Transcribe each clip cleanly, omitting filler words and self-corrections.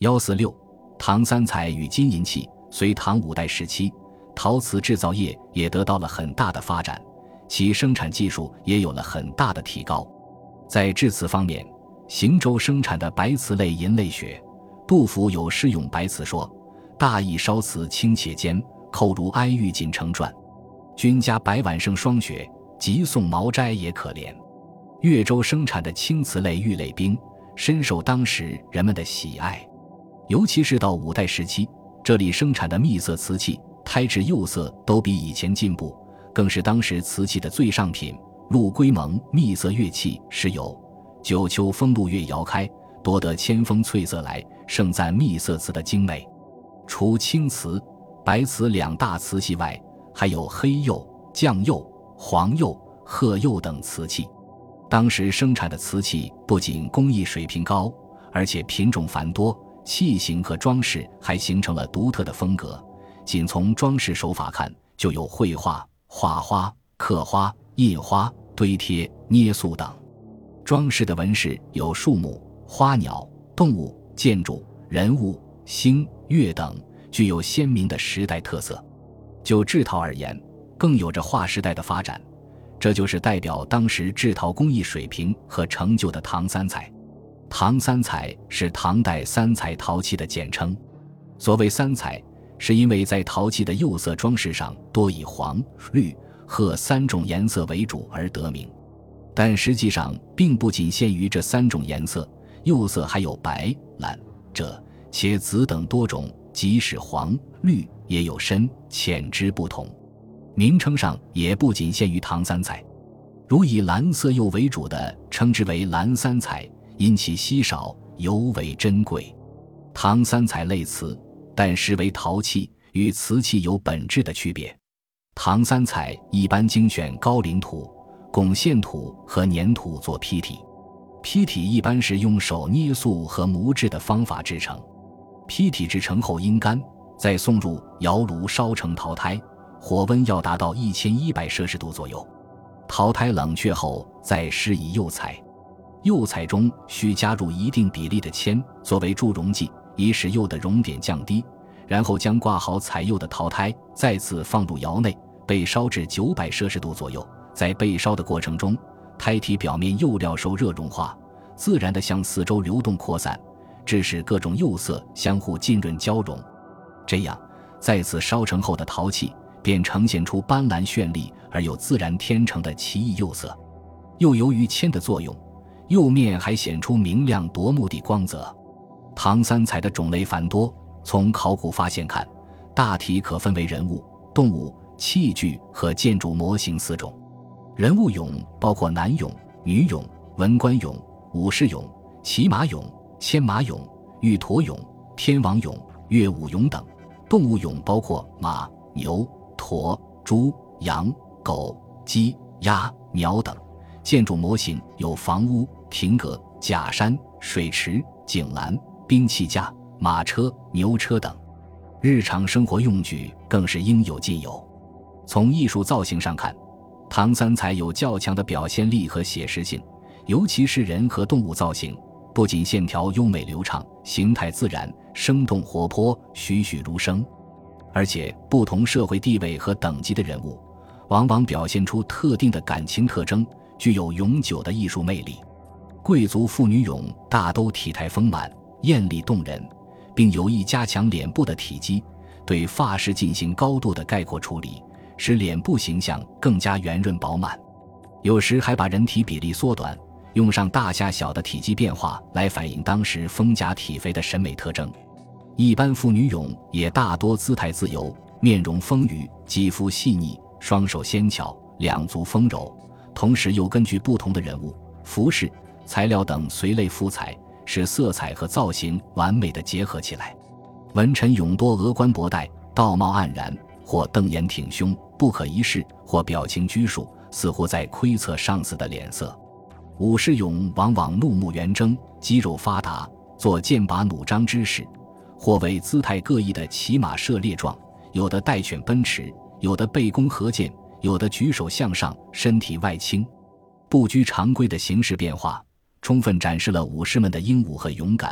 146唐三彩与金银器。隋唐五代时期，陶瓷制造业也得到了很大的发展，其生产技术也有了很大的提高。在制瓷方面，邢州生产的白瓷类银类雪，杜甫有诗咏白瓷说：大邑烧瓷清且坚，扣如哀玉锦成传。君家白碗胜霜雪，即送毛斋也可怜。越州生产的青瓷类玉类冰，深受当时人们的喜爱。尤其是到五代时期，这里生产的秘色瓷器，胎质釉色都比以前进步，更是当时瓷器的最上品。陆龟蒙秘色乐器是有九秋风露月遥开，夺得千峰翠色来，盛赞秘色瓷的精美。除青瓷、白瓷两大瓷器外，还有黑釉、酱釉、黄釉、褐釉等瓷器。当时生产的瓷器不仅工艺水平高，而且品种繁多，器型和装饰还形成了独特的风格。仅从装饰手法看，就有绘画、画花、刻花、印花、堆贴、捏塑等。装饰的纹饰有树木、花鸟、动物、建筑、人物、星、月等，具有鲜明的时代特色。就制陶而言，更有着划时代的发展，这就是代表当时制陶工艺水平和成就的唐三彩。唐三彩是唐代三彩陶器的简称。所谓三彩，是因为在陶器的釉色装饰上多以黄、绿、褐三种颜色为主而得名。但实际上并不仅限于这三种颜色，釉色还有白、蓝、赭、茄紫等多种，即使黄、绿也有深浅之不同。名称上也不仅限于唐三彩，如以蓝色釉为主的称之为蓝三彩，因其稀少尤为珍贵。唐三彩类瓷，但实为陶器，与瓷器有本质的区别。唐三彩一般精选高岭土、拱线土和粘土做坯体，坯体一般是用手捏塑和磨制的方法制成。坯体制成后阴干，再送入窑炉烧成陶胎，火温要达到1100摄氏度左右。陶胎冷却后再施以釉彩，釉彩中需加入一定比例的铅作为助溶剂，以使釉的熔点降低，然后将挂好彩釉的陶胎再次放入窑内，被烧至900摄氏度左右。在被烧的过程中，胎体表面釉料受热融化，自然地向四周流动扩散，致使各种釉色相互浸润交融。这样再次烧成后的陶器便呈现出斑斓绚丽而又自然天成的奇异釉色。又由于铅的作用，釉面还显出明亮夺目的光泽。唐三彩的种类繁多，从考古发现看，大体可分为人物、动物、器具和建筑模型4种。人物俑包括男俑、女俑、文官俑、武士俑、骑马俑、牵马俑、玉驼俑、天王俑、乐舞俑等。动物俑包括马、牛、驼、猪、羊、狗、鸡、鸭、鸟等。建筑模型有房屋、亭阁、假山、水池、井栏、兵器架、马车、牛车等。日常生活用具更是应有尽有。从艺术造型上看，唐三彩有较强的表现力和写实性，尤其是人和动物造型，不仅线条优美流畅，形态自然，生动活泼，栩栩如生，而且不同社会地位和等级的人物往往表现出特定的感情特征，具有永久的艺术魅力。贵族妇女俑大都体态丰满，艳丽动人，并有意加强脸部的体积，对发饰进行高度的概括处理，使脸部形象更加圆润饱满。有时还把人体比例缩短，用上大下小的体积变化来反映当时丰腼体肥的审美特征。一般妇女俑也大多姿态自由，面容丰腴，肌肤细腻，双手纤巧，两足丰柔，同时又根据不同的人物、服饰、材料等随类敷彩，使色彩和造型完美地结合起来。文臣俑多额冠博带，道貌岸然，或瞪眼挺胸，不可一世，或表情拘束，似乎在窥测上司的脸色。武士俑往往怒目圆睁，肌肉发达，做剑拔弩张之势，或为姿态各异的骑马射猎状，有的带犬奔驰，有的背弓合箭，有的举手向上，身体外倾，不拘常规的形式变化，充分展示了武士们的英武和勇敢，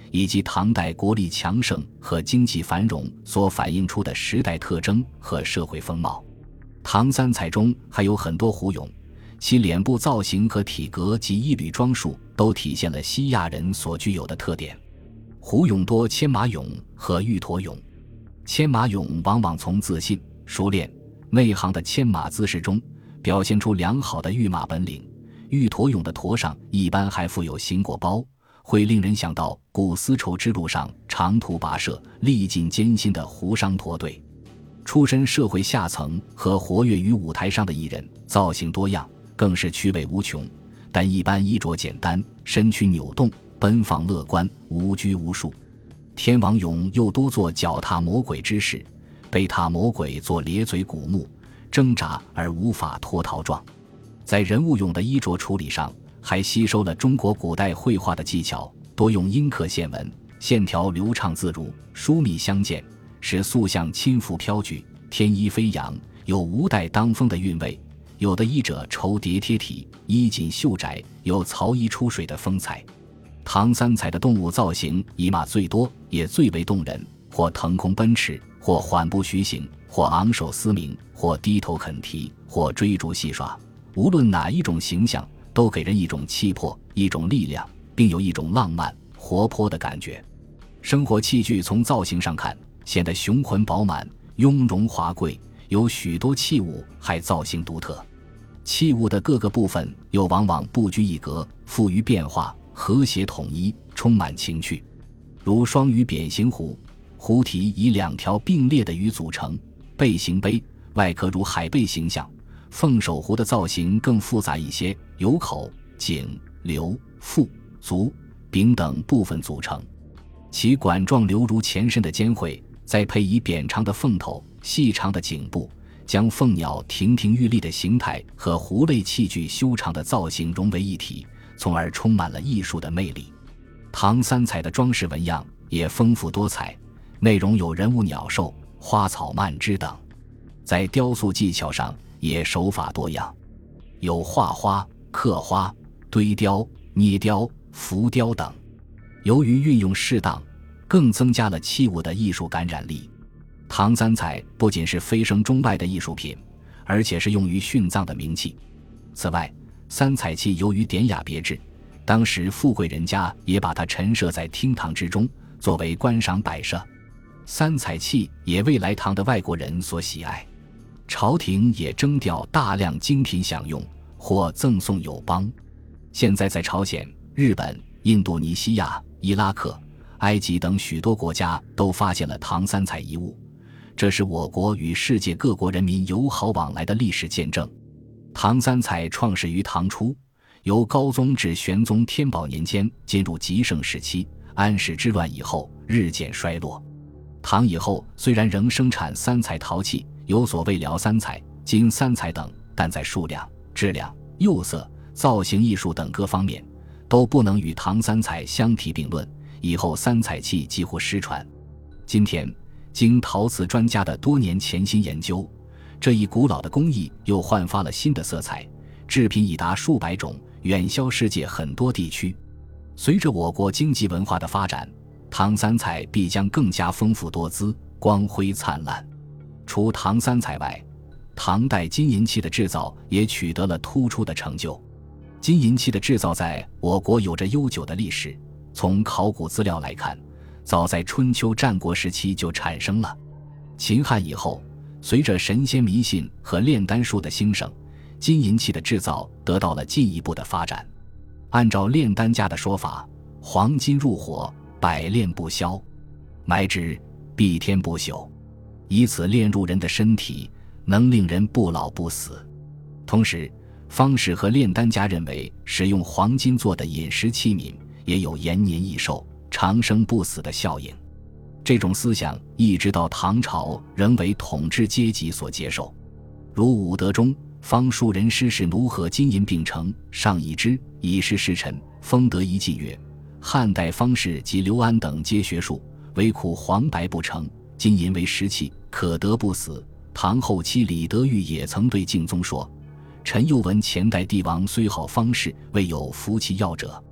以及唐代国力强盛和经济繁荣所反映出的时代特征和社会风貌。唐三彩中还有很多胡俑，其脸部造型和体格及衣履装束都体现了西亚人所具有的特点。胡俑多牵马俑和玉驼俑，牵马俑往往从自信、熟练、内行的牵马姿势中表现出良好的御马本领。玉驼俑的驼上一般还附有行果包，会令人想到古丝绸之路上长途跋涉、历尽艰辛的胡商驼队。出身社会下层和活跃于舞台上的艺人，造型多样，更是趣味无穷，但一般衣着简单，身躯扭动，奔放乐观，无拘无束。天王俑又多做脚踏魔鬼之势，被踏魔鬼做咧嘴鼓目，挣扎而无法脱逃状。在人物俑的衣着处理上，还吸收了中国古代绘画的技巧，多用阴刻线纹，线条流畅自如，疏密相间，使塑像轻浮飘举，天衣飞扬，有吴代当风的韵味。有的衣者绸叠贴体，衣锦袖窄，有曹衣出水的风采。唐三彩的动物造型以马最多，也最为动人，或腾空奔驰，或缓步徐行，或昂首嘶鸣，或低头啃蹄，或追逐戏耍。无论哪一种形象，都给人一种气魄，一种力量，并有一种浪漫活泼的感觉。生活器具从造型上看，显得雄浑饱满，雍容华贵，有许多器物还造型独特。器物的各个部分又往往不拘一格，富于变化，和谐统一，充满情趣。如双鱼扁形壶，壶体以2条并列的鱼组成，背形杯，外壳如海贝形象。凤首壶的造型更复杂一些，由口、颈、流、腹、足、柄等部分组成，其管状流如前身的尖喙，再配以扁长的凤头、细长的颈部，将凤鸟亭亭玉立的形态和壶类器具修长的造型融为一体，从而充满了艺术的魅力。唐三彩的装饰纹样也丰富多彩，内容有人物、鸟兽、花草、蔓枝等。在雕塑技巧上也手法多样，有画花、刻花、堆雕、捏雕、浮雕等。由于运用适当，更增加了器物的艺术感染力。唐三彩不仅是蜚声中外的艺术品，而且是用于殉葬的冥器。此外，三彩器由于典雅别致，当时富贵人家也把它陈设在厅堂之中，作为观赏摆设。三彩器也为来唐的外国人所喜爱，朝廷也征调大量精品享用，或赠送友邦。现在在朝鲜、日本、印度尼西亚、伊拉克、埃及等许多国家都发现了唐三彩遗物，这是我国与世界各国人民友好往来的历史见证。唐三彩创始于唐初，由高宗至玄宗天宝年间进入极盛时期，安史之乱以后日渐衰落。唐以后虽然仍生产三彩陶器，有所谓辽三彩、金三彩等，但在数量、质量、釉色、造型艺术等各方面都不能与唐三彩相提并论，以后三彩器几乎失传。今天经陶瓷专家的多年潜心研究，这一古老的工艺又焕发了新的色彩，制品已达数百种，远销世界很多地区。随着我国经济文化的发展，唐三彩必将更加丰富多姿，光辉灿烂。除唐三彩外，唐代金银器的制造也取得了突出的成就。金银器的制造在我国有着悠久的历史，从考古资料来看，早在春秋战国时期就产生了。秦汉以后，随着神仙迷信和炼丹术的兴盛，金银器的制造得到了进一步的发展。按照炼丹家的说法，黄金入火，百炼不消，埋之，必天不朽，以此炼入人的身体，能令人不老不死。同时，方士和炼丹家认为使用黄金做的饮食器皿也有延年益寿、长生不死的效应。这种思想一直到唐朝仍为统治阶级所接受。如武德中，方术人师是奴和金银并成，上以之，以示时辰，封得一晋曰：汉代方士及刘安等皆学术，唯苦黄白不成，金银为食器，可得不死。唐后期李德裕也曾对敬宗说：臣又闻前代帝王虽好方士，未有服其药者。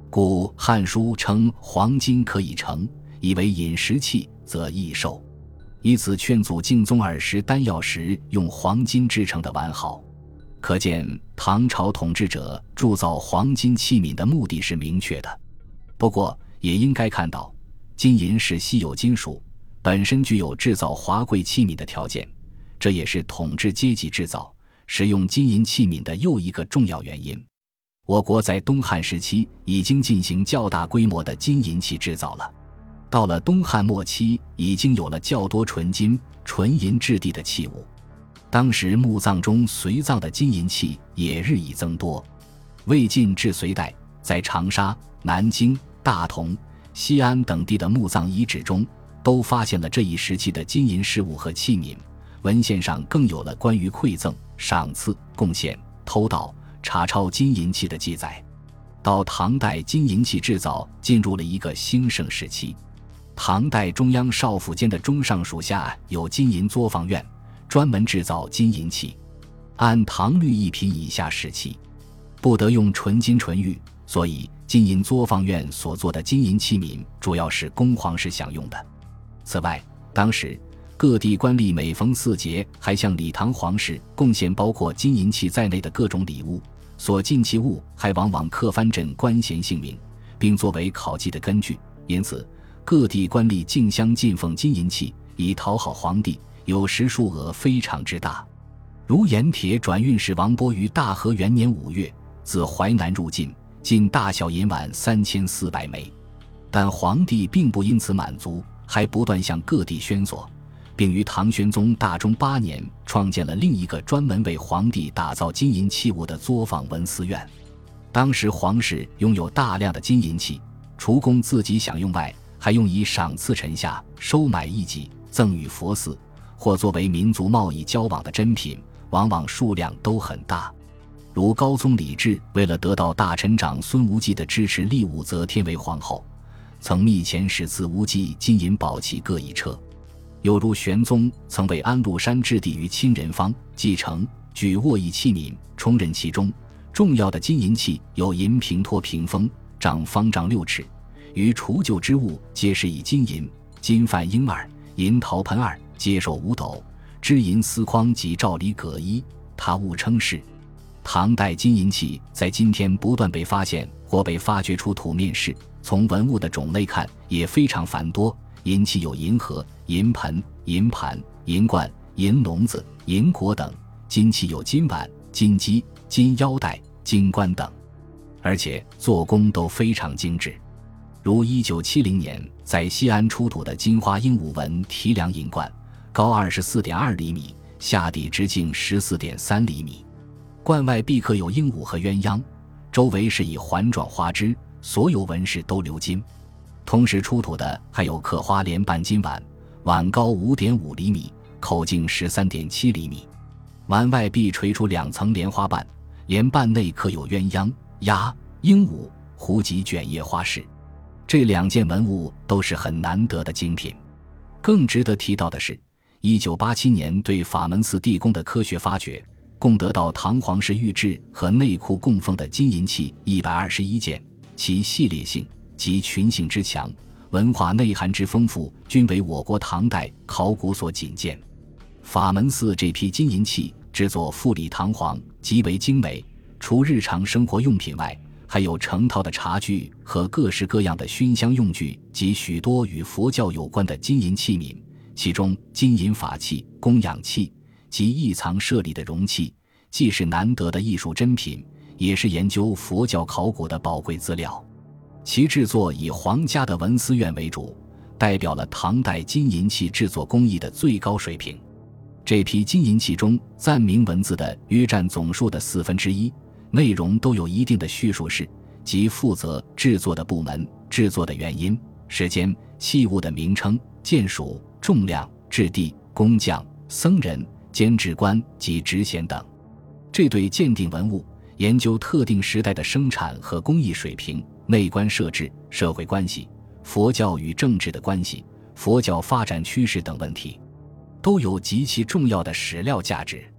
故《汉书》称黄金可以成，以为饮食器，则易寿，以此劝阻敬宗耳食丹药时用黄金制成的完好。可见唐朝统治者铸造黄金器皿的目的是明确的。不过也应该看到，金银是稀有金属，本身具有制造华贵器皿的条件，这也是统治阶级制造使用金银器皿的又一个重要原因。我国在东汉时期已经进行较大规模的金银器制造了，到了东汉末期已经有了较多纯金、纯银质地的器物。当时墓葬中随葬的金银器也日益增多。魏晋至隋代，在长沙、南京、大同、西安等地的墓葬遗址中都发现了这一时期的金银饰物和器皿，文献上更有了关于馈赠、赏赐、贡献、偷盗、查抄金银器的记载。到唐代，金银器制造进入了一个兴盛时期。唐代中央少府监的中尚属下有金银作坊院，专门制造金银器。按唐律一品以下时期，不得用纯金纯玉，所以金银作坊院所做的金银器皿主要是供皇室享用的。此外，当时各地官吏每逢4节还向礼堂皇室贡献包括金银器在内的各种礼物，所进器物还往往刻藩镇官衔姓名，并作为考绩的根据。因此各地官吏竞相进奉金银器，以讨好皇帝，有时数额非常之大。如盐铁转运使王波于大和元年5月自淮南入晋，进大小银碗3400枚。但皇帝并不因此满足，还不断向各地宣索，并于唐玄宗大中8年创建了另一个专门为皇帝打造金银器物的作坊文思院。当时皇室拥有大量的金银器，除供自己享用外，还用以赏赐臣下、收买艺妓、赠与佛寺，或作为民族贸易交往的珍品，往往数量都很大。如高宗李治为了得到大臣长孙无忌的支持，立武则天为皇后，曾密遣使赐无忌金银宝器各1车。又如玄宗曾为安禄山置地于亲人方，继承举握以器皿，充任其中。重要的金银器有银平托屏风，丈方丈6尺，于除旧之物皆是以金银、金范婴2、银陶盆2，接受5斗，织银丝筐及照里葛衣，他物称是。唐代金银器在今天不断被发现或被发掘出土面世，从文物的种类看也非常繁多。银器有银盒、银盆、银盘、银罐、银笼子、银果等，金器有金碗、金鸡、金腰带、金冠等，而且做工都非常精致。如1970年在西安出土的金花鹦鹉纹提梁银冠，高24.2厘米，下底直径14.3厘米，冠外壁刻有鹦鹉和鸳鸯，周围是以环状花枝，所有纹饰都鎏金。同时出土的还有刻花莲半金碗，碗高5.5厘米，口径13.7厘米，碗外壁垂出2层莲花瓣，莲瓣内刻有鸳鸯、鸭、鹦鹉、狐及卷叶花饰。这2件文物都是很难得的精品。更值得提到的是，1987年对法门寺地宫的科学发掘，共得到唐皇室御制和内库供奉的金银器121件，其系列性及群性之强，文化内涵之丰富，均为我国唐代考古所仅见。法门寺这批金银器制作富丽堂皇，极为精美，除日常生活用品外，还有成套的茶具和各式各样的熏香用具及许多与佛教有关的金银器皿，其中金银法器、供养器及异藏舍利的容器，既是难得的艺术珍品，也是研究佛教考古的宝贵资料。其制作以皇家的文思院为主，代表了唐代金银器制作工艺的最高水平。这批金银器中赞铭文字的约占总数的1/4，内容都有一定的叙述式，即负责制作的部门、制作的原因、时间、器物的名称、件数、重量、质地、工匠、僧人、监制官及职衔等。这对鉴定文物、研究特定时代的生产和工艺水平、内观设置、社会关系、佛教与政治的关系、佛教发展趋势等问题，都有极其重要的史料价值。